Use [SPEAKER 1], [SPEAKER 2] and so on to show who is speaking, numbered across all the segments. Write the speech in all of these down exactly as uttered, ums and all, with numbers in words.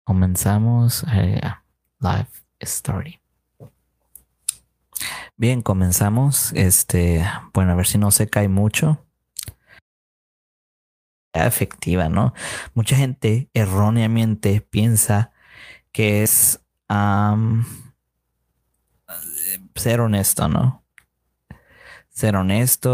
[SPEAKER 1] Comenzamos eh, Live Story. Bien, comenzamos. Este, bueno, a ver si no se cae mucho. Efectiva, ¿no? Mucha gente erróneamente piensa que es am, ser honesto, ¿no? Ser honesto.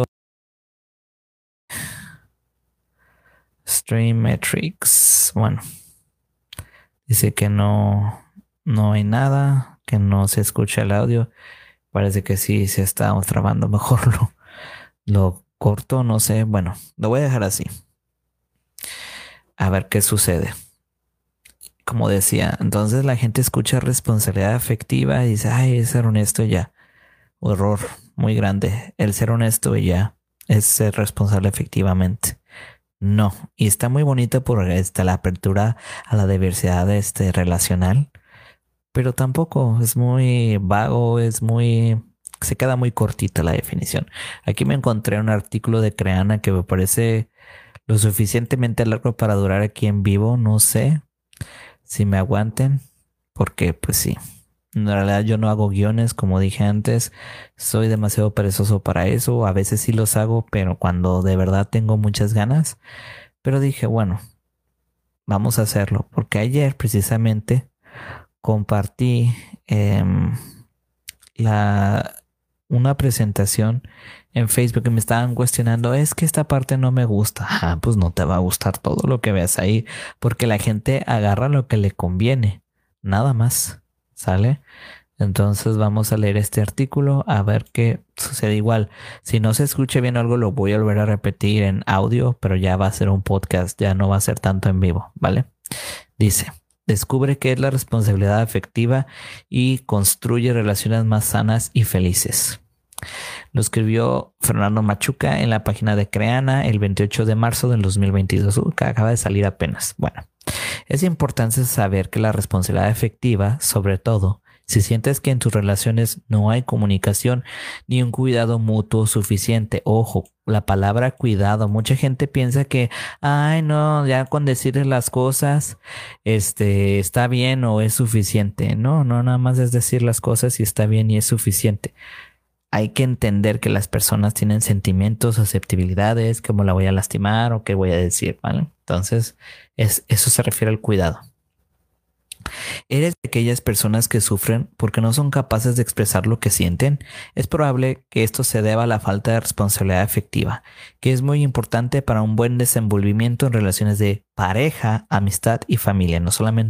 [SPEAKER 1] Stream Metrics. Bueno, dice que no, no hay nada, que no se escucha el audio. Parece que sí se está trabando. Mejor lo, lo corto, no sé. Bueno, lo voy a dejar así. A ver qué sucede. Como decía, entonces la gente escucha responsabilidad afectiva y dice, ay, es ser honesto y ya. Error muy grande. El ser honesto y ya es ser responsable efectivamente. No. Y está muy bonito por esta, la apertura a la diversidad este, relacional, pero tampoco es muy vago, es muy... Se queda muy cortita la definición. Aquí me encontré un artículo de Creana que me parece lo suficientemente largo para durar aquí en vivo, no sé si me aguanten, porque pues sí, en realidad yo no hago guiones, como dije antes, soy demasiado perezoso para eso, a veces sí los hago, pero cuando de verdad tengo muchas ganas, pero dije, bueno, vamos a hacerlo, porque ayer precisamente compartí em, la, una presentación en Facebook y me estaban cuestionando, es que esta parte no me gusta. Ah, pues no te va a gustar todo lo que veas ahí, porque la gente agarra lo que le conviene, nada más, ¿sale? Entonces vamos a leer este artículo a ver qué sucede igual. Si no se escucha bien algo, lo voy a volver a repetir en audio, pero ya va a ser un podcast, ya no va a ser tanto en vivo, ¿vale? Dice, descubre qué es la responsabilidad afectiva y construye relaciones más sanas y felices. Lo escribió Fernando Machuca en la página de Creana el veintiocho de marzo del dos mil veintidós, que acaba de salir apenas. Bueno, es importante saber que la responsabilidad afectiva, sobre todo, si sientes que en tus relaciones no hay comunicación ni un cuidado mutuo suficiente, ojo, la palabra cuidado, mucha gente piensa que, ay, no, ya con decirles las cosas, este, está bien o es suficiente. No, no, nada más es decir las cosas y está bien y es suficiente. Hay que entender que las personas tienen sentimientos, susceptibilidades, cómo la voy a lastimar o qué voy a decir, ¿vale? Entonces, es, eso se refiere al cuidado. ¿Eres de aquellas personas que sufren porque no son capaces de expresar lo que sienten? Es probable que esto se deba a la falta de responsabilidad afectiva, que es muy importante para un buen desenvolvimiento en relaciones de pareja, amistad y familia, no solamente.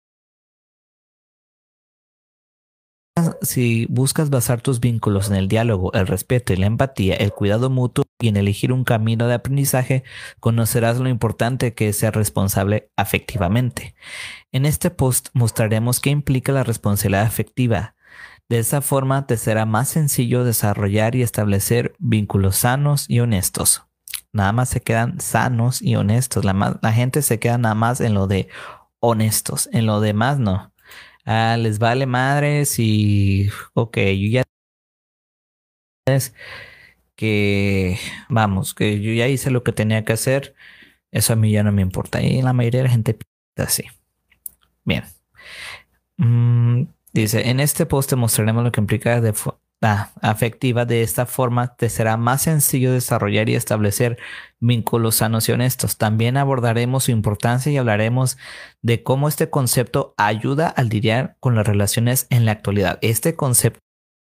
[SPEAKER 1] Si buscas basar tus vínculos en el diálogo, el respeto y la empatía, el cuidado mutuo y en elegir un camino de aprendizaje, conocerás lo importante que es ser responsable afectivamente. En este post mostraremos qué implica la responsabilidad afectiva. De esa forma te será más sencillo desarrollar y establecer vínculos sanos y honestos. Nada más se quedan sanos y honestos. La, ma- la gente se queda nada más en lo de honestos. En lo demás no. Ah, les vale madres y ok, yo ya es que vamos, que yo ya hice lo que tenía que hacer. Eso a mí ya no me importa. Y la mayoría de la gente piensa así. Bien. Mm, dice, en este post te mostraremos lo que implica de fo- ah, afectiva. De esta forma te será más sencillo desarrollar y establecer vínculos sanos y honestos. También abordaremos su importancia y hablaremos de cómo este concepto ayuda al lidiar con las relaciones en la actualidad. Este concepto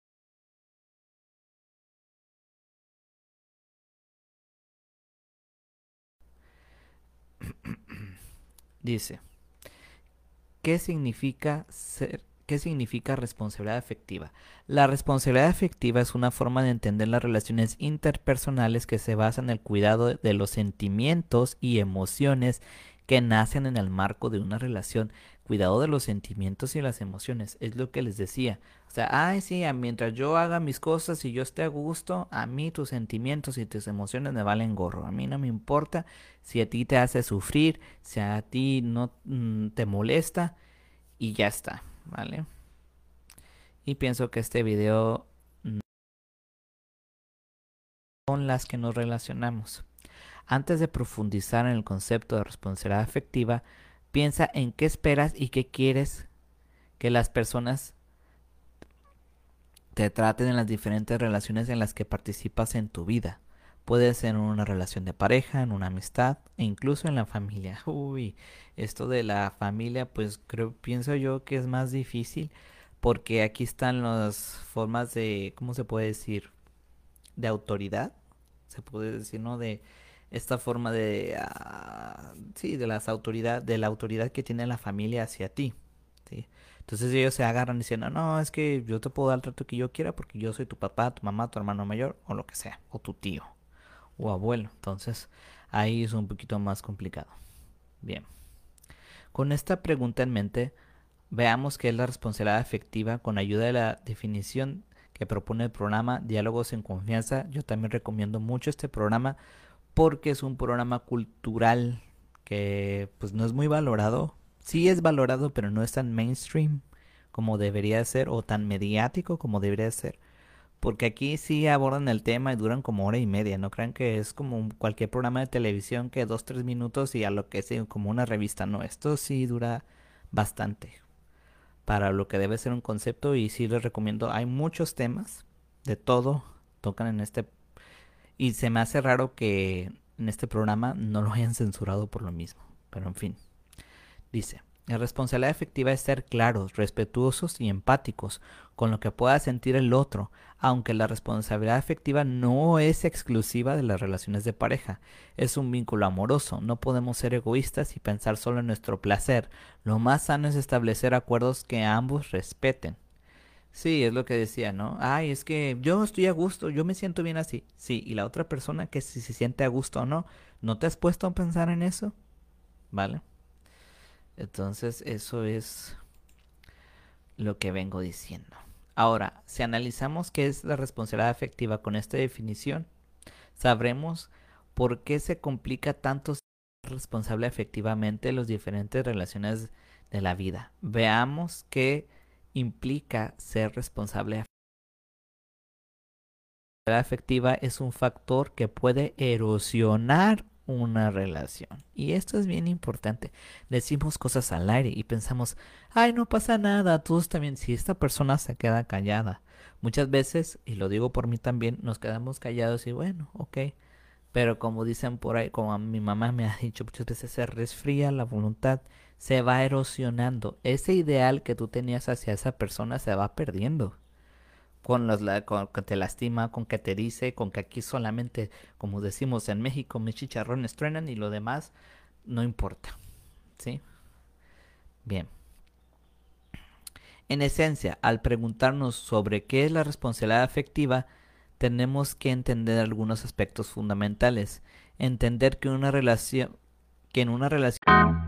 [SPEAKER 1] dice, ¿qué significa ser? ¿Qué significa responsabilidad afectiva? La responsabilidad afectiva es una forma de entender las relaciones interpersonales que se basan en el cuidado de los sentimientos y emociones que nacen en el marco de una relación. Cuidado de los sentimientos y las emociones, es lo que les decía. O sea, ay, sí, mientras yo haga mis cosas y yo esté a gusto, a mí tus sentimientos y tus emociones me valen gorro. A mí no me importa si a ti te hace sufrir, si a ti no mm, te molesta y ya está, ¿vale? Y pienso que este video mm, con las que nos relacionamos. Antes de profundizar en el concepto de responsabilidad afectiva, Piensa en qué esperas y qué quieres que las personas te traten en las diferentes relaciones en las que participas en tu vida. Puede ser en una relación de pareja, en una amistad e incluso en la familia. Uy, esto de la familia, pues creo, pienso yo que es más difícil porque aquí están las formas de, ¿cómo se puede decir? De autoridad, se puede decir, ¿no? De esta forma de, uh, sí, de las autoridad, de la autoridad que tiene la familia hacia ti, ¿sí? Entonces ellos se agarran diciendo, no, es que yo te puedo dar el trato que yo quiera porque yo soy tu papá, tu mamá, tu hermano mayor o lo que sea, o tu tío o abuelo. Entonces ahí es un poquito más complicado. Bien, con esta pregunta en mente, veamos qué es la responsabilidad afectiva con ayuda de la definición que propone el programa Diálogos en Confianza. Yo también recomiendo mucho este programa porque es un programa cultural que pues no es muy valorado. Sí es valorado, pero no es tan mainstream como debería ser o tan mediático como debería ser. Porque aquí sí abordan el tema y duran como hora y media. No crean que es como cualquier programa de televisión que dos, tres minutos y a lo que es como una revista. No, esto sí dura bastante para lo que debe ser un concepto y sí les recomiendo. Hay muchos temas, de todo, tocan en este. Y se me hace raro que en este programa no lo hayan censurado por lo mismo. Pero en fin, dice. La responsabilidad efectiva es ser claros, respetuosos y empáticos con lo que pueda sentir el otro, aunque la responsabilidad afectiva no es exclusiva de las relaciones de pareja. Es un vínculo amoroso, no podemos ser egoístas y pensar solo en nuestro placer. Lo más sano es establecer acuerdos que ambos respeten. Sí, es lo que decía, ¿no? Ay, es que yo estoy a gusto, yo me siento bien así. Sí, y la otra persona que si se siente a gusto o no, ¿no te has puesto a pensar en eso? ¿Vale? Entonces, eso es lo que vengo diciendo. Ahora, si analizamos qué es la responsabilidad afectiva con esta definición, sabremos por qué se complica tanto ser responsable afectivamente en las diferentes relaciones de la vida. Veamos qué implica ser responsable afectiva. Es un factor que puede erosionar una relación. Y esto es bien importante. Decimos cosas al aire y pensamos, ay, no pasa nada, todos también. Si esta persona se queda callada, muchas veces, y lo digo por mí también, nos quedamos callados y bueno, ok. Pero como dicen por ahí, como a mi mamá me ha dicho muchas veces, se resfría la voluntad, se va erosionando. Ese ideal que tú tenías hacia esa persona se va perdiendo con los la, con que te lastima, con que te dice, con que aquí solamente, como decimos en México, mis chicharrones truenan y lo demás no importa, ¿sí? Bien. En esencia, al preguntarnos sobre qué es la responsabilidad afectiva, tenemos que entender algunos aspectos fundamentales. Entender que una relación, que en una relación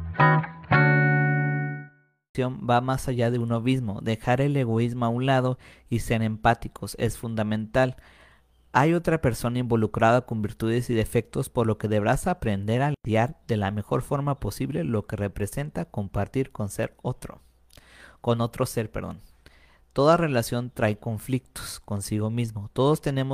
[SPEAKER 1] va más allá de uno mismo. Dejar el egoísmo a un lado y ser empáticos es fundamental. Hay otra persona involucrada con virtudes y defectos, por lo que deberás aprender a lidiar de la mejor forma posible lo que representa compartir con ser otro, con otro ser, perdón. Toda relación trae conflictos consigo mismo. Todos tenemos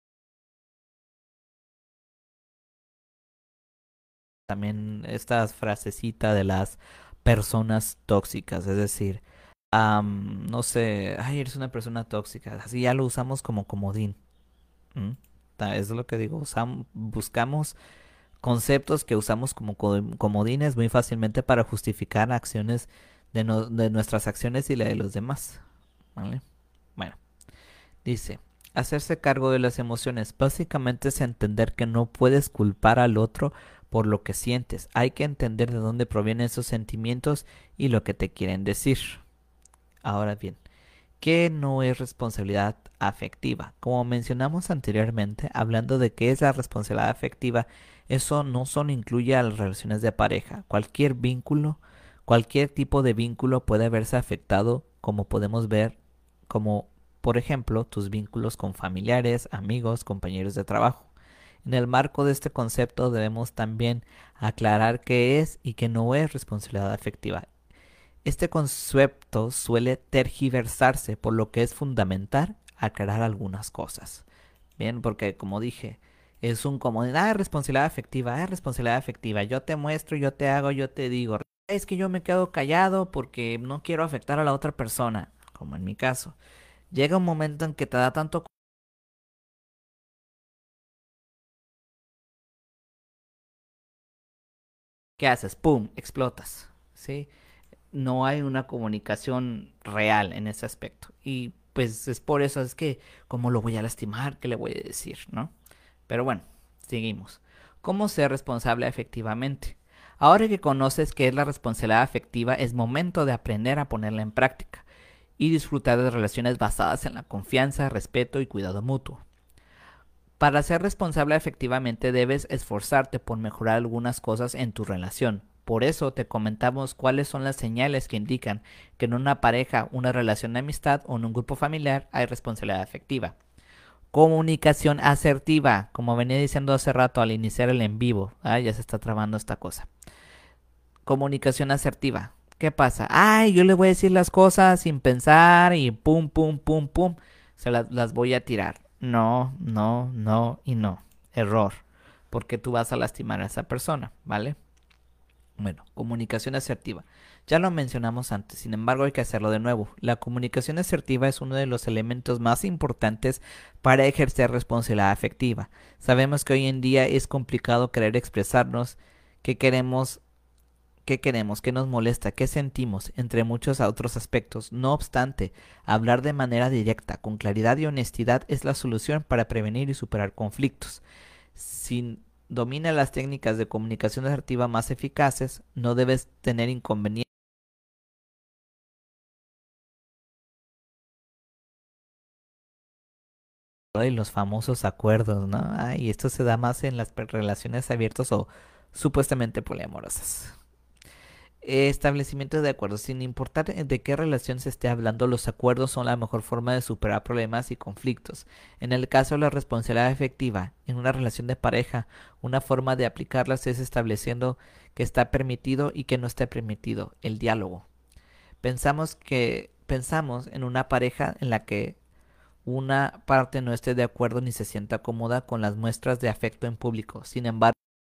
[SPEAKER 1] también esta frasecita de las personas tóxicas, es decir, um, no sé, ay, eres una persona tóxica, así ya lo usamos como comodín. ¿Mm? Es lo que digo, usamos, buscamos conceptos que usamos como comodines muy fácilmente para justificar acciones de, no, de nuestras acciones y la de los demás. ¿Vale? Bueno, dice, hacerse cargo de las emociones básicamente es entender que no puedes culpar al otro por lo que sientes. Hay que entender de dónde provienen esos sentimientos y lo que te quieren decir. Ahora bien, ¿qué no es responsabilidad afectiva? Como mencionamos anteriormente, hablando de qué es la responsabilidad afectiva, eso no solo incluye a las relaciones de pareja. Cualquier vínculo, cualquier tipo de vínculo puede verse afectado, como podemos ver, como por ejemplo tus vínculos con familiares, amigos, compañeros de trabajo. En el marco de este concepto debemos también aclarar qué es y qué no es responsabilidad afectiva. Este concepto suele tergiversarse, por lo que es fundamental aclarar algunas cosas. Bien, porque como dije, es un comodín, ah, responsabilidad afectiva, ah, responsabilidad afectiva, yo te muestro, yo te hago, yo te digo. Es que yo me quedo callado porque no quiero afectar a la otra persona, como en mi caso. Llega un momento en que te da tanto... ¿Qué haces? ¡Pum! Explotas. ¿Sí? No hay una comunicación real en ese aspecto. Y pues es por eso, es que, ¿cómo lo voy a lastimar? ¿Qué le voy a decir? ¿No? Pero bueno, seguimos. ¿Cómo ser responsable efectivamente? Ahora que conoces qué es la responsabilidad afectiva, es momento de aprender a ponerla en práctica y disfrutar de relaciones basadas en la confianza, respeto y cuidado mutuo. Para ser responsable efectivamente debes esforzarte por mejorar algunas cosas en tu relación. Por eso te comentamos cuáles son las señales que indican que en una pareja, una relación de amistad o en un grupo familiar hay responsabilidad afectiva. Comunicación asertiva, como venía diciendo hace rato al iniciar el en vivo. Ah, ya se está trabando esta cosa. Comunicación asertiva. ¿Qué pasa? Ay, yo le voy a decir las cosas sin pensar y pum, pum, pum, pum. Se las, las voy a tirar. No, no, no y no. Error. Porque tú vas a lastimar a esa persona, ¿vale? Bueno, comunicación asertiva. Ya lo mencionamos antes, sin embargo hay que hacerlo de nuevo. La comunicación asertiva es uno de los elementos más importantes para ejercer responsabilidad afectiva. Sabemos que hoy en día es complicado querer expresarnos qué queremos, qué queremos, qué nos molesta, qué sentimos, entre muchos otros aspectos. No obstante, hablar de manera directa, con claridad y honestidad es la solución para prevenir y superar conflictos. Si domina las técnicas de comunicación asertiva más eficaces, no debes tener inconvenientes. Y los famosos acuerdos, ¿no? Ah, y esto se da más en las pe- relaciones abiertas o supuestamente poliamorosas. Establecimiento de acuerdos. Sin importar de qué relación se esté hablando, los acuerdos son la mejor forma de superar problemas y conflictos. En el caso de la responsabilidad efectiva en una relación de pareja, una forma de aplicarlas es estableciendo que está permitido y que no está permitido, el diálogo. Pensamos que pensamos en una pareja en la que una parte no esté de acuerdo ni se sienta cómoda con las muestras de afecto en público. Sin embargo,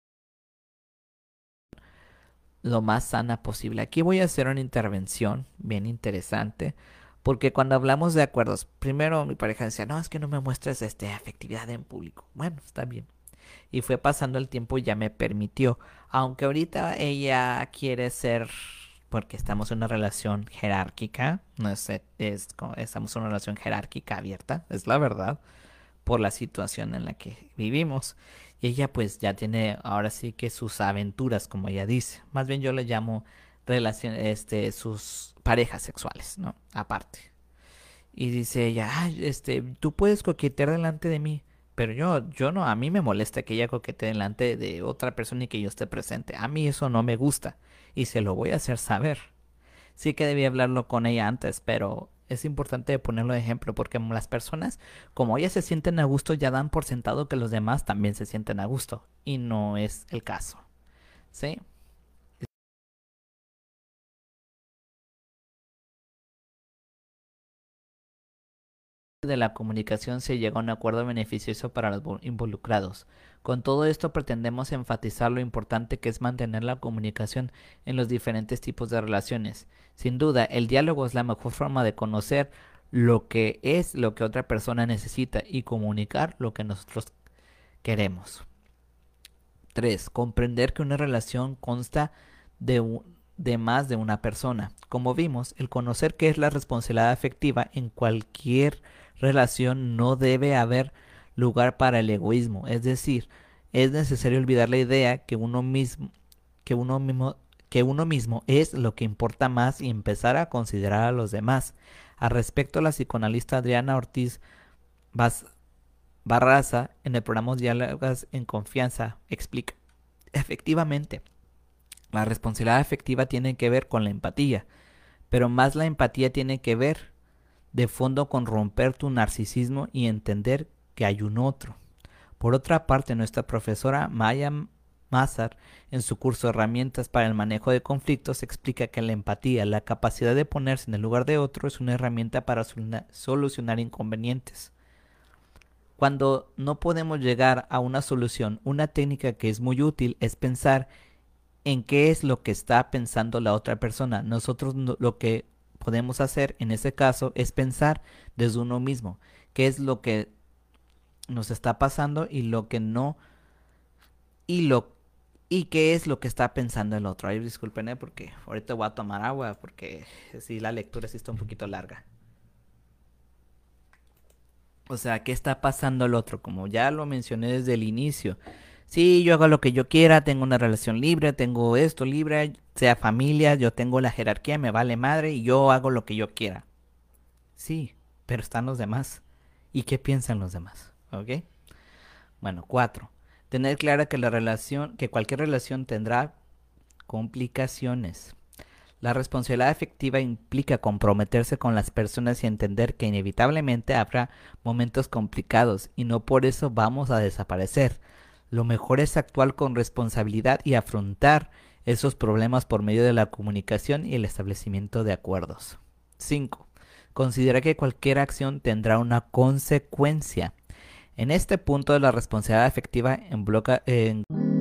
[SPEAKER 1] lo más sana posible. Aquí voy a hacer una intervención bien interesante, porque cuando hablamos de acuerdos, primero mi pareja decía, no, es que no me muestres este, afectividad en público. Bueno, está bien. Y fue pasando el tiempo y ya me permitió, aunque ahorita ella quiere ser, porque estamos en una relación jerárquica, no es, es, estamos en una relación jerárquica abierta, es la verdad por la situación en la que vivimos. Y ella pues ya tiene ahora sí que sus aventuras, como ella dice. Más bien yo le llamo relación, este, sus parejas sexuales, ¿no? Aparte. Y dice ella, ay, este, tú puedes coquetear delante de mí. Pero yo, yo no, a mí me molesta que ella coquetee delante de otra persona y que yo esté presente. A mí eso no me gusta. Y se lo voy a hacer saber. Sí que debí hablarlo con ella antes, pero es importante ponerlo de ejemplo porque las personas, como ellas se sienten a gusto, ya dan por sentado que los demás también se sienten a gusto. Y no es el caso. ¿Sí? De la comunicación se llega a un acuerdo beneficioso para los involucrados. Con todo esto pretendemos enfatizar lo importante que es mantener la comunicación en los diferentes tipos de relaciones. Sin duda, el diálogo es la mejor forma de conocer lo que es lo que otra persona necesita y comunicar lo que nosotros queremos. Tres. Comprender que una relación consta de, un, de más de una persona. Como vimos, el conocer qué es la responsabilidad afectiva en cualquier relación no debe haber lugar para el egoísmo. Es decir, es necesario olvidar la idea que uno mismo, que uno mismo, que uno mismo es lo que importa más y empezar a considerar a los demás. Al respecto, la psicoanalista Adriana Ortiz Bas Barraza, en el programa Diálogos en Confianza, explica. Efectivamente, la responsabilidad afectiva tiene que ver con la empatía, pero más la empatía tiene que ver de fondo con romper tu narcisismo y entender que hay un otro. Por otra parte, nuestra profesora Maya Mazar, en su curso Herramientas para el manejo de conflictos, explica que la empatía, la capacidad de ponerse en el lugar de otro, es una herramienta para solucionar inconvenientes. Cuando no podemos llegar a una solución, una técnica que es muy útil es pensar en qué es lo que está pensando la otra persona. Nosotros no, lo que podemos hacer en ese caso es pensar desde uno mismo, qué es lo que nos está pasando y lo que no, y lo y qué es lo que está pensando el otro. Ay, disculpen, ¿eh? Porque ahorita voy a tomar agua porque sí, la lectura sí está un poquito larga. O sea, ¿qué está pasando el otro? Como ya lo mencioné desde el inicio. Sí, yo hago lo que yo quiera, tengo una relación libre, tengo esto libre, sea familia, yo tengo la jerarquía, me vale madre y yo hago lo que yo quiera. Sí, pero están los demás. ¿Y qué piensan los demás? ¿Ok? Bueno, cuatro. Tener clara que la relación, que cualquier relación tendrá complicaciones. La responsabilidad afectiva implica comprometerse con las personas y entender que inevitablemente habrá momentos complicados y no por eso vamos a desaparecer. Lo mejor es actuar con responsabilidad y afrontar esos problemas por medio de la comunicación y el establecimiento de acuerdos. cinco. Considera que cualquier acción tendrá una consecuencia. En este punto, la responsabilidad afectiva engloba, eh,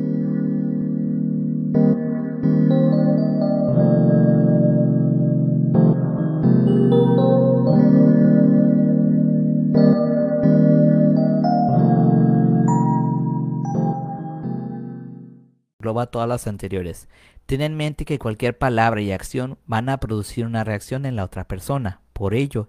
[SPEAKER 1] engloba todas las anteriores. Ten en mente que cualquier palabra y acción van a producir una reacción en la otra persona. Por ello,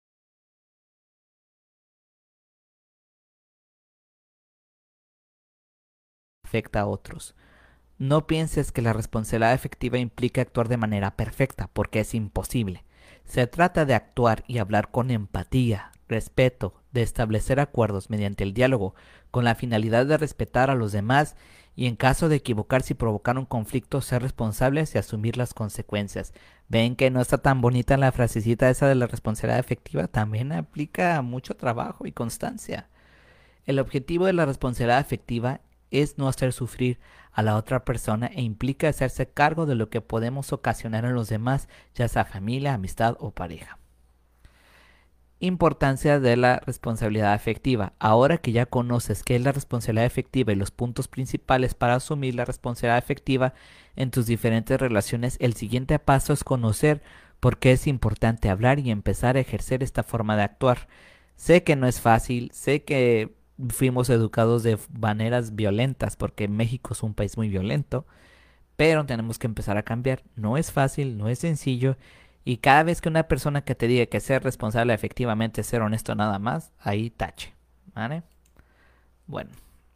[SPEAKER 1] afecta a otros. No pienses que la responsabilidad afectiva implica actuar de manera perfecta, porque es imposible. Se trata de actuar y hablar con empatía, respeto, de establecer acuerdos mediante el diálogo, con la finalidad de respetar a los demás y en caso de equivocarse y provocar un conflicto, ser responsables y asumir las consecuencias. ¿Ven que no está tan bonita la frasecita esa de la responsabilidad afectiva? También aplica mucho trabajo y constancia. El objetivo de la responsabilidad afectiva es no hacer sufrir a la otra persona e implica hacerse cargo de lo que podemos ocasionar en los demás, ya sea familia, amistad o pareja. Importancia de la responsabilidad afectiva. Ahora que ya conoces qué es la responsabilidad afectiva y los puntos principales para asumir la responsabilidad afectiva en tus diferentes relaciones, el siguiente paso es conocer por qué es importante hablar y empezar a ejercer esta forma de actuar. Sé que no es fácil, sé que fuimos educados de maneras violentas porque México es un país muy violento, pero tenemos que empezar a cambiar. No es fácil, no es sencillo y cada vez que una persona que te diga que ser responsable efectivamente es ser honesto nada más, ahí tache, ¿vale? Bueno.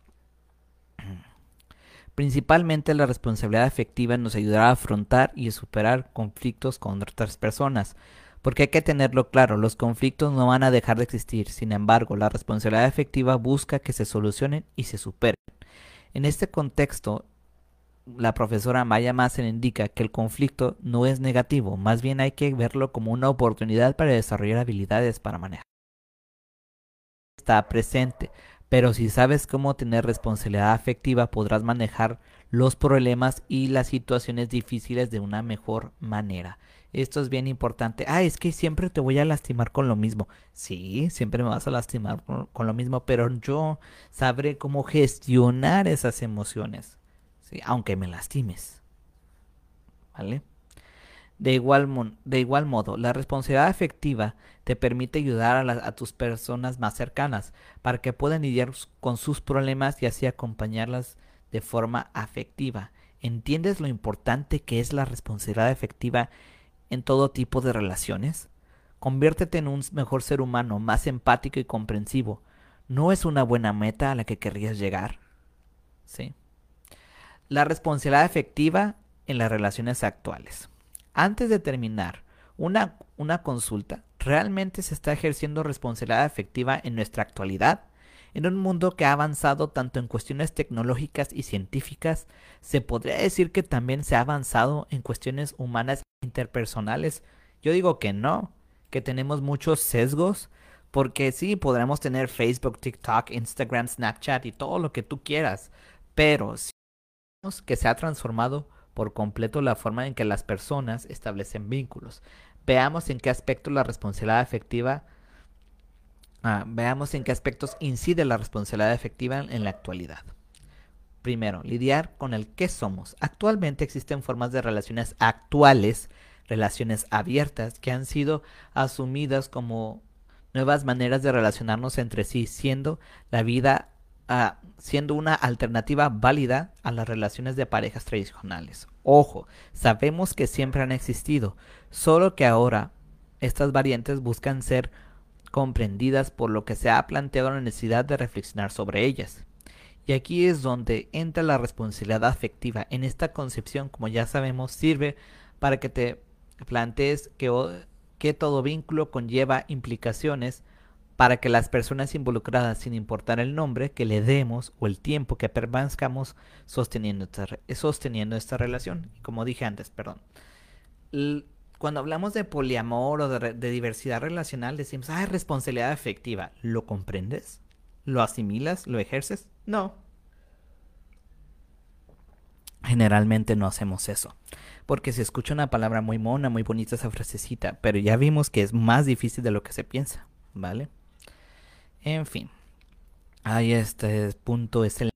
[SPEAKER 1] Principalmente la responsabilidad afectiva nos ayudará a afrontar y a superar conflictos con otras personas. Porque hay que tenerlo claro, los conflictos no van a dejar de existir, sin embargo, la responsabilidad afectiva busca que se solucionen y se superen. En este contexto, la profesora Maya Massen indica que el conflicto no es negativo, más bien hay que verlo como una oportunidad para desarrollar habilidades para manejar. Está presente, pero si sabes cómo tener responsabilidad afectiva, podrás manejar los problemas y las situaciones difíciles de una mejor manera. Esto es bien importante. Ah, es que siempre te voy a lastimar con lo mismo. Sí, siempre me vas a lastimar con, con lo mismo, pero yo sabré cómo gestionar esas emociones, ¿sí? Aunque me lastimes, ¿vale? De igual, mon- de igual modo, la responsabilidad afectiva te permite ayudar a, la- a tus personas más cercanas para que puedan lidiar s- con sus problemas y así acompañarlas de forma afectiva. ¿Entiendes lo importante que es la responsabilidad afectiva en todo tipo de relaciones? Conviértete en un s- mejor ser humano, más empático y comprensivo. ¿No es una buena meta a la que querrías llegar? Sí. La responsabilidad afectiva en las relaciones actuales. Antes de terminar una, una consulta, ¿realmente se está ejerciendo responsabilidad afectiva en nuestra actualidad? En un mundo que ha avanzado tanto en cuestiones tecnológicas y científicas, ¿se podría decir que también se ha avanzado en cuestiones humanas e interpersonales? Yo digo que no, que tenemos muchos sesgos, porque sí, podremos tener Facebook, TikTok, Instagram, Snapchat y todo lo que tú quieras, pero si que se ha transformado por completo la forma en que las personas establecen vínculos. Veamos en qué aspecto la responsabilidad afectiva, ah, veamos en qué aspectos incide la responsabilidad afectiva en la actualidad. Primero, lidiar con el qué somos. Actualmente existen formas de relaciones actuales, relaciones abiertas, que han sido asumidas como nuevas maneras de relacionarnos entre sí, siendo la vida, uh, siendo una alternativa válida a las relaciones de parejas tradicionales. Ojo, sabemos que siempre han existido, solo que ahora estas variantes buscan ser comprendidas, por lo que se ha planteado la necesidad de reflexionar sobre ellas. Y aquí es donde entra la responsabilidad afectiva. En esta concepción, como ya sabemos, sirve para que te plantees que, que todo vínculo conlleva implicaciones para que las personas involucradas, sin importar el nombre que le demos o el tiempo que permanezcamos sosteniendo esta, sosteniendo esta relación. Como dije antes, perdón. L Cuando hablamos de poliamor o de, de diversidad relacional, decimos, ah, responsabilidad afectiva. ¿Lo comprendes? ¿Lo asimilas? ¿Lo ejerces? No. Generalmente no hacemos eso. Porque se escucha una palabra muy mona, muy bonita esa frasecita, pero ya vimos que es más difícil de lo que se piensa, ¿vale? En fin. Ahí este punto es el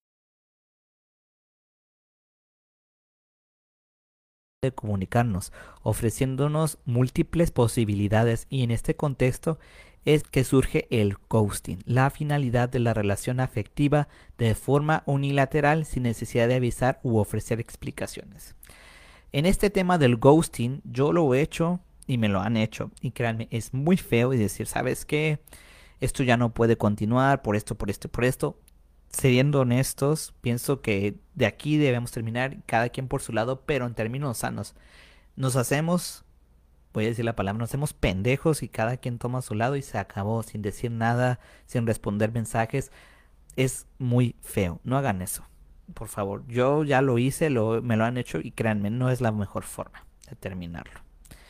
[SPEAKER 1] de comunicarnos, ofreciéndonos múltiples posibilidades, y en este contexto es que surge el ghosting, la finalidad de la relación afectiva de forma unilateral sin necesidad de avisar u ofrecer explicaciones. En este tema del ghosting yo lo he hecho y me lo han hecho, y créanme, es muy feo y decir, ¿sabes qué? Esto ya no puede continuar por esto, por esto, por esto. Siendo honestos, pienso que de aquí debemos terminar cada quien por su lado, pero en términos sanos. Nos hacemos, voy a decir la palabra, nos hacemos pendejos y cada quien toma a su lado y se acabó, sin decir nada, sin responder mensajes. Es muy feo, no hagan eso, por favor. Yo ya lo hice, lo, me lo han hecho, y créanme, no es la mejor forma de terminarlo.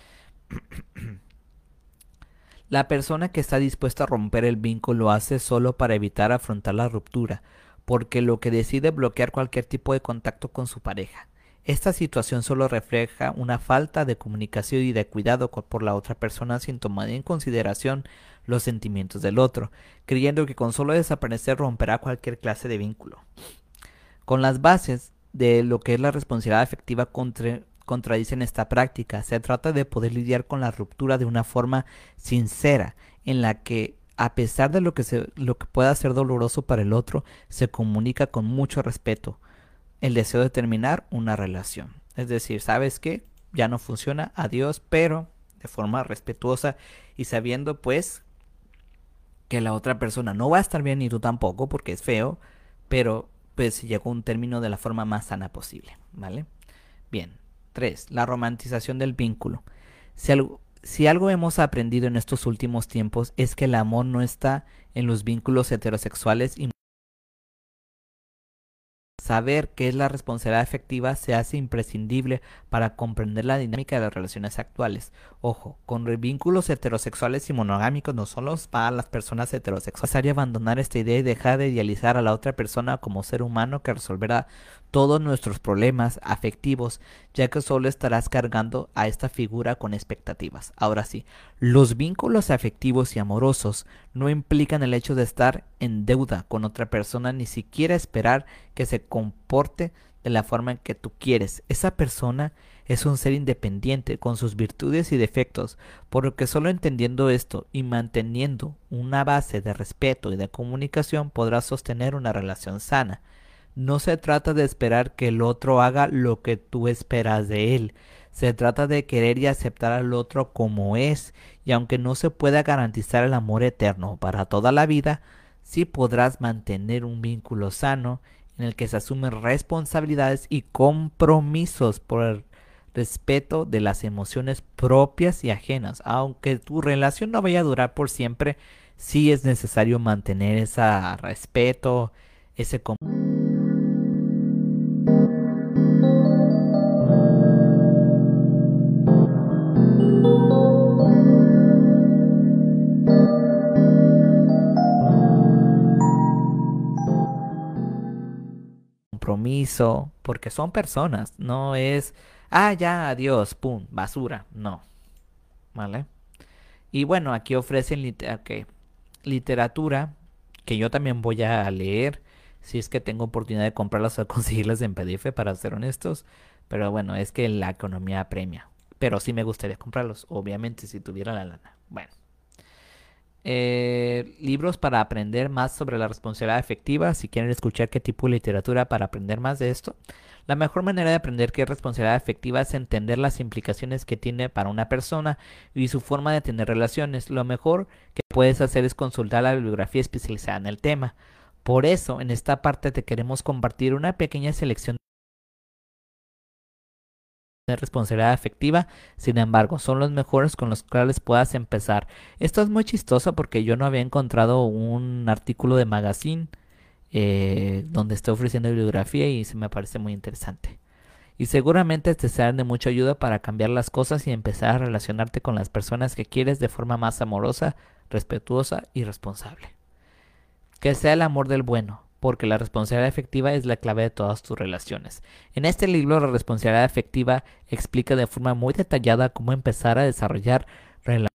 [SPEAKER 1] La persona que está dispuesta a romper el vínculo lo hace solo para evitar afrontar la ruptura, porque lo que decide bloquear cualquier tipo de contacto con su pareja. Esta situación solo refleja una falta de comunicación y de cuidado por la otra persona, sin tomar en consideración los sentimientos del otro, creyendo que con solo desaparecer romperá cualquier clase de vínculo. Con las bases de lo que es la responsabilidad afectiva contra contradicen esta práctica. Se trata de poder lidiar con la ruptura de una forma sincera, en la que, a pesar de lo que, se, lo que pueda ser doloroso para el otro, se comunica con mucho respeto el deseo de terminar una relación. Es decir, ¿sabes qué? Ya no funciona, adiós, pero de forma respetuosa y sabiendo pues que la otra persona no va a estar bien, ni tú tampoco, porque es feo, pero pues llegó a un término de la forma más sana posible, ¿vale? Bien. tres. La romantización del vínculo. Si algo, si algo hemos aprendido en estos últimos tiempos es que el amor no está en los vínculos heterosexuales, y saber qué es la responsabilidad afectiva se hace imprescindible para comprender la dinámica de las relaciones actuales. Ojo, con vínculos heterosexuales y monogámicos no solo para las personas heterosexuales. Es necesario abandonar esta idea y dejar de idealizar a la otra persona como ser humano que resolverá todos nuestros problemas afectivos, ya que solo estarás cargando a esta figura con expectativas. Ahora sí, los vínculos afectivos y amorosos no implican el hecho de estar en deuda con otra persona, ni siquiera esperar que se comporte de la forma en que tú quieres. Esa persona es un ser independiente con sus virtudes y defectos, por lo que solo entendiendo esto y manteniendo una base de respeto y de comunicación podrás sostener una relación sana. No se trata de esperar que el otro haga lo que tú esperas de él. Se trata de querer y aceptar al otro como es, y aunque no se pueda garantizar el amor eterno para toda la vida, sí podrás mantener un vínculo sano en el que se asumen responsabilidades y compromisos por el respeto de las emociones propias y ajenas. Aunque tu relación no vaya a durar por siempre, sí es necesario mantener ese respeto, ese compromiso. compromiso, porque son personas, no es, ah, ya, adiós, pum, basura, no, ¿vale? Y bueno, aquí ofrecen liter okay, literatura, que yo también voy a leer, si es que tengo oportunidad de comprarlas o conseguirlas en P D F, para ser honestos. Pero bueno, es que la economía apremia. Pero sí me gustaría comprarlos, obviamente, si tuviera la lana. Bueno. Eh, libros para aprender más sobre la responsabilidad afectiva. Si quieren escuchar qué tipo de literatura para aprender más de esto. La mejor manera de aprender qué es responsabilidad afectiva es entender las implicaciones que tiene para una persona y su forma de tener relaciones. Lo mejor que puedes hacer es consultar la bibliografía especializada en el tema. Por eso, en esta parte te queremos compartir una pequeña selección de responsabilidad afectiva. Sin embargo, son los mejores con los cuales puedas empezar. Esto es muy chistoso porque yo no había encontrado un artículo de magazine eh, donde esté ofreciendo bibliografía y se me parece muy interesante. Y seguramente te serán de mucha ayuda para cambiar las cosas y empezar a relacionarte con las personas que quieres de forma más amorosa, respetuosa y responsable. Que sea el amor del bueno, porque la responsabilidad afectiva es la clave de todas tus relaciones. En este libro, la responsabilidad afectiva explica de forma muy detallada cómo empezar a desarrollar relaciones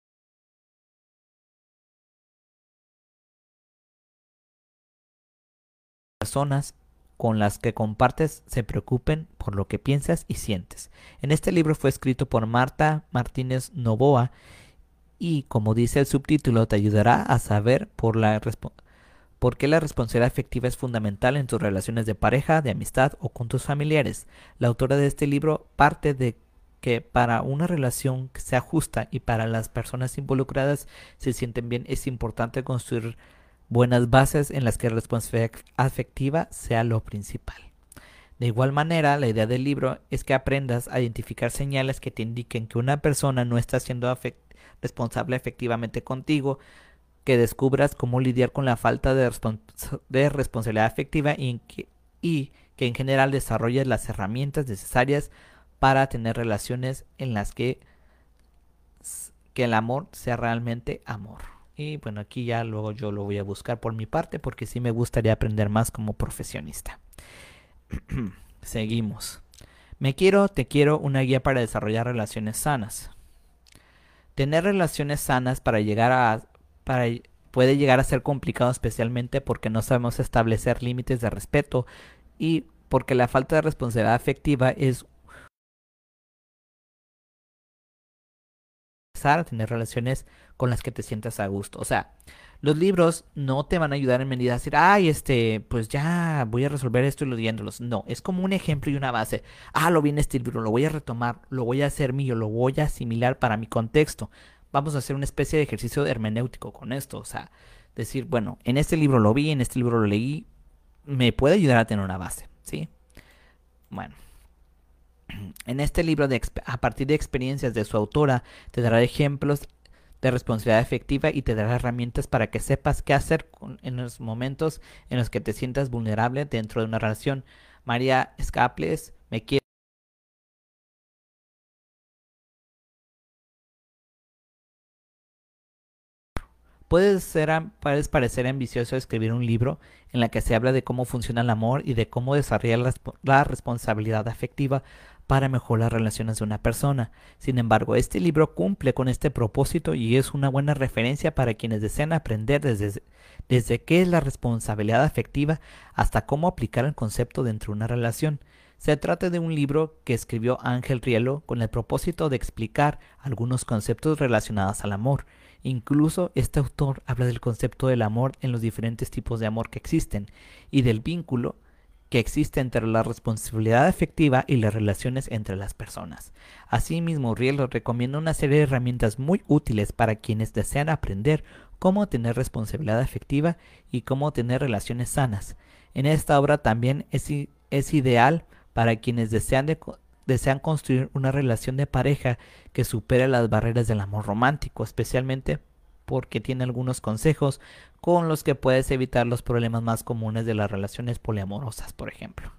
[SPEAKER 1] personas con las que compartes se preocupen por lo que piensas y sientes. En este libro fue escrito por Marta Martínez Novoa y, como dice el subtítulo, te ayudará a saber por la por qué la responsabilidad afectiva es fundamental en tus relaciones de pareja, de amistad o con tus familiares. La autora de este libro parte de que para una relación que sea justa y para las personas involucradas se sienten bien, es importante construir buenas bases en las que la responsabilidad afectiva sea lo principal. De igual manera, la idea del libro es que aprendas a identificar señales que te indiquen que una persona no está siendo afect- responsable efectivamente contigo, que descubras cómo lidiar con la falta de, respons de responsabilidad afectiva y que, y que en general desarrolles las herramientas necesarias para tener relaciones en las que, que el amor sea realmente amor. Y bueno, aquí ya luego yo lo voy a buscar por mi parte porque sí me gustaría aprender más como profesionista. Seguimos. Me quiero, te quiero, una guía para desarrollar relaciones sanas. Tener relaciones sanas para llegar a para, puede llegar a ser complicado, especialmente porque no sabemos establecer límites de respeto y porque la falta de responsabilidad afectiva es a tener relaciones con las que te sientas a gusto. O sea, los libros no te van a ayudar en medida a decir, ay, este, pues ya voy a resolver esto y lo leyéndolos. No, es como un ejemplo y una base. Ah, lo vi en este libro, lo voy a retomar, lo voy a hacer mío, lo voy a asimilar para mi contexto. Vamos a hacer una especie de ejercicio hermenéutico con esto. O sea, decir, bueno, en este libro lo vi, en este libro lo leí, me puede ayudar a tener una base, ¿sí? Bueno. En este libro, de, a partir de experiencias de su autora, te dará ejemplos de responsabilidad efectiva y te dará herramientas para que sepas qué hacer con, en los momentos en los que te sientas vulnerable dentro de una relación. María Escaples, me quiere. Puedes, ser, puedes parecer ambicioso escribir un libro en la que se habla de cómo funciona el amor y de cómo desarrollar la, la responsabilidad afectiva para mejorar las relaciones de una persona. Sin embargo, este libro cumple con este propósito y es una buena referencia para quienes desean aprender desde, desde qué es la responsabilidad afectiva hasta cómo aplicar el concepto dentro de una relación. Se trata de un libro que escribió Ángel Rielo con el propósito de explicar algunos conceptos relacionados al amor. Incluso este autor habla del concepto del amor en los diferentes tipos de amor que existen y del vínculo que existe entre la responsabilidad afectiva y las relaciones entre las personas. Asimismo, Rielo recomienda una serie de herramientas muy útiles para quienes desean aprender cómo tener responsabilidad afectiva y cómo tener relaciones sanas. En esta obra también es, es ideal para quienes desean, de, desean construir una relación de pareja que supere las barreras del amor romántico, especialmente porque tiene algunos consejos con los que puedes evitar los problemas más comunes de las relaciones poliamorosas, por ejemplo.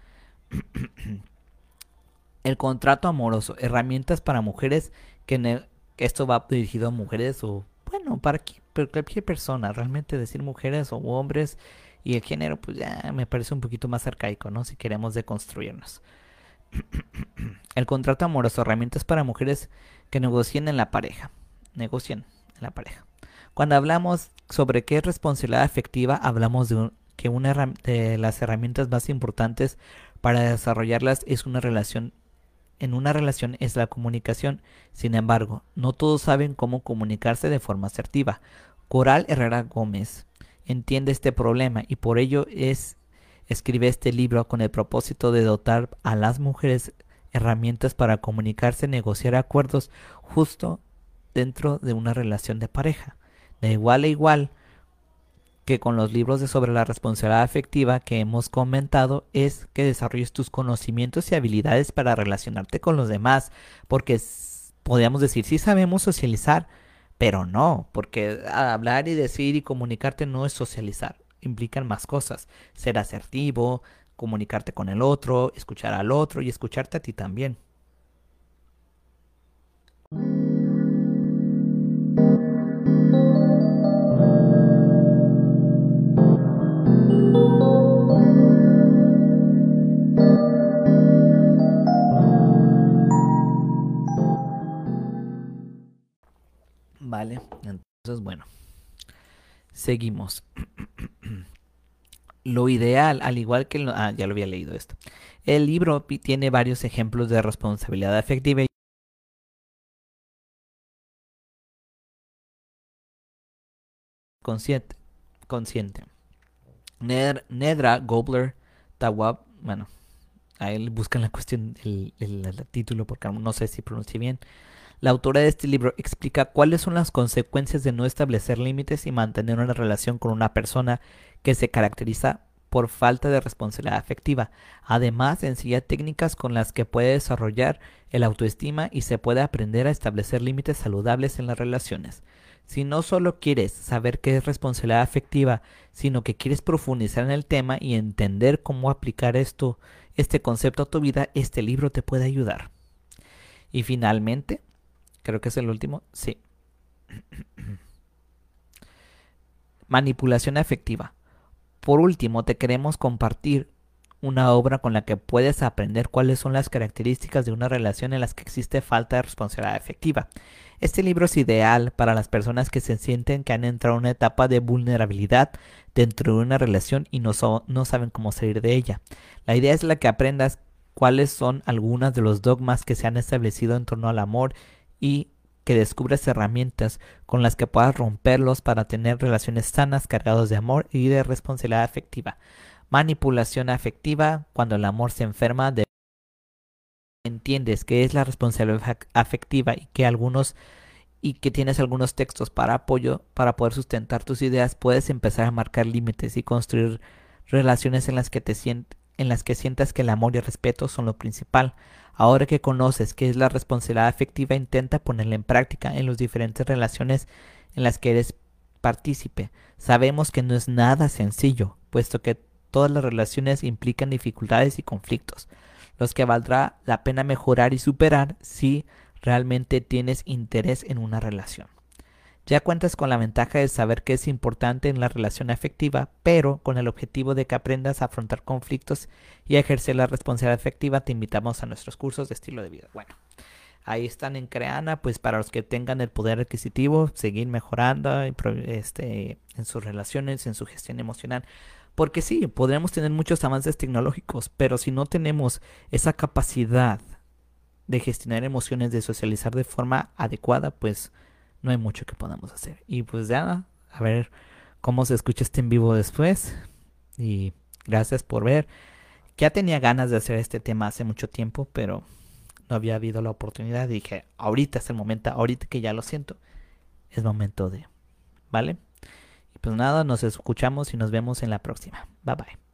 [SPEAKER 1] El contrato amoroso, herramientas para mujeres, que, ne- que esto va dirigido a mujeres o, bueno, para, para cualquier persona, realmente decir mujeres o hombres y el género, pues ya me parece un poquito más arcaico, ¿no? Si queremos deconstruirnos. El contrato amoroso, herramientas para mujeres que negocien en la pareja. Negocien en la pareja. Cuando hablamos sobre qué es responsabilidad afectiva, hablamos de, un, que una de las herramientas más importantes para desarrollarlas es una relación en una relación es la comunicación. Sin embargo, no todos saben cómo comunicarse de forma asertiva. Coral Herrera Gómez entiende este problema y por ello es escribe este libro con el propósito de dotar a las mujeres herramientas para comunicarse, negociar acuerdos justo dentro de una relación de pareja. De igual a igual que con los libros de sobre la responsabilidad afectiva que hemos comentado, es que desarrolles tus conocimientos y habilidades para relacionarte con los demás, porque podríamos decir, sí sabemos socializar, pero no, porque hablar y decir y comunicarte no es socializar, implican más cosas, ser asertivo, comunicarte con el otro, escuchar al otro y escucharte a ti también. Vale, entonces bueno, seguimos. Lo ideal, al igual que... Lo, ah, ya lo había leído esto. El libro tiene varios ejemplos de responsabilidad afectiva y consciente. consciente. Ned, Nedra Gobler Tawab, bueno, a él buscan la cuestión, el, el, el, el título porque no sé si pronuncié bien. La autora de este libro explica cuáles son las consecuencias de no establecer límites y mantener una relación con una persona que se caracteriza por falta de responsabilidad afectiva. Además, enseña técnicas con las que puede desarrollar el autoestima y se puede aprender a establecer límites saludables en las relaciones. Si no solo quieres saber qué es responsabilidad afectiva, sino que quieres profundizar en el tema y entender cómo aplicar esto, este concepto a tu vida, este libro te puede ayudar. Y finalmente, creo que es el último, sí. Manipulación afectiva. Por último, te queremos compartir una obra con la que puedes aprender cuáles son las características de una relación en las que existe falta de responsabilidad afectiva. Este libro es ideal para las personas que se sienten que han entrado en una etapa de vulnerabilidad dentro de una relación y no, so no saben cómo salir de ella. La idea es la que aprendas cuáles son algunas de los dogmas que se han establecido en torno al amor y que descubras herramientas con las que puedas romperlos para tener relaciones sanas, cargados de amor y de responsabilidad afectiva. Manipulación afectiva, cuando el amor se enferma, de entiendes qué es la responsabilidad afectiva y que algunos y que tienes algunos textos para apoyo para poder sustentar tus ideas, puedes empezar a marcar límites y construir relaciones en las que te sientes en las que sientas que el amor y el respeto son lo principal. Ahora que conoces qué es la responsabilidad afectiva, intenta ponerla en práctica en las diferentes relaciones en las que eres partícipe. Sabemos que no es nada sencillo, puesto que todas las relaciones implican dificultades y conflictos, los que valdrá la pena mejorar y superar si realmente tienes interés en una relación. Ya cuentas con la ventaja de saber qué es importante en la relación afectiva, pero con el objetivo de que aprendas a afrontar conflictos y a ejercer la responsabilidad afectiva, te invitamos a nuestros cursos de estilo de vida. Bueno, ahí están en Creana, pues para los que tengan el poder adquisitivo, seguir mejorando este, en sus relaciones, en su gestión emocional. Porque sí, podremos tener muchos avances tecnológicos, pero si no tenemos esa capacidad de gestionar emociones, de socializar de forma adecuada, pues no hay mucho que podamos hacer. Y pues ya, a ver cómo se escucha este en vivo después. Y gracias por ver. Ya tenía ganas de hacer este tema hace mucho tiempo, pero no había habido la oportunidad. Dije, ahorita es el momento, ahorita que ya lo siento, es momento de, ¿vale? Y pues nada, nos escuchamos y nos vemos en la próxima. Bye bye.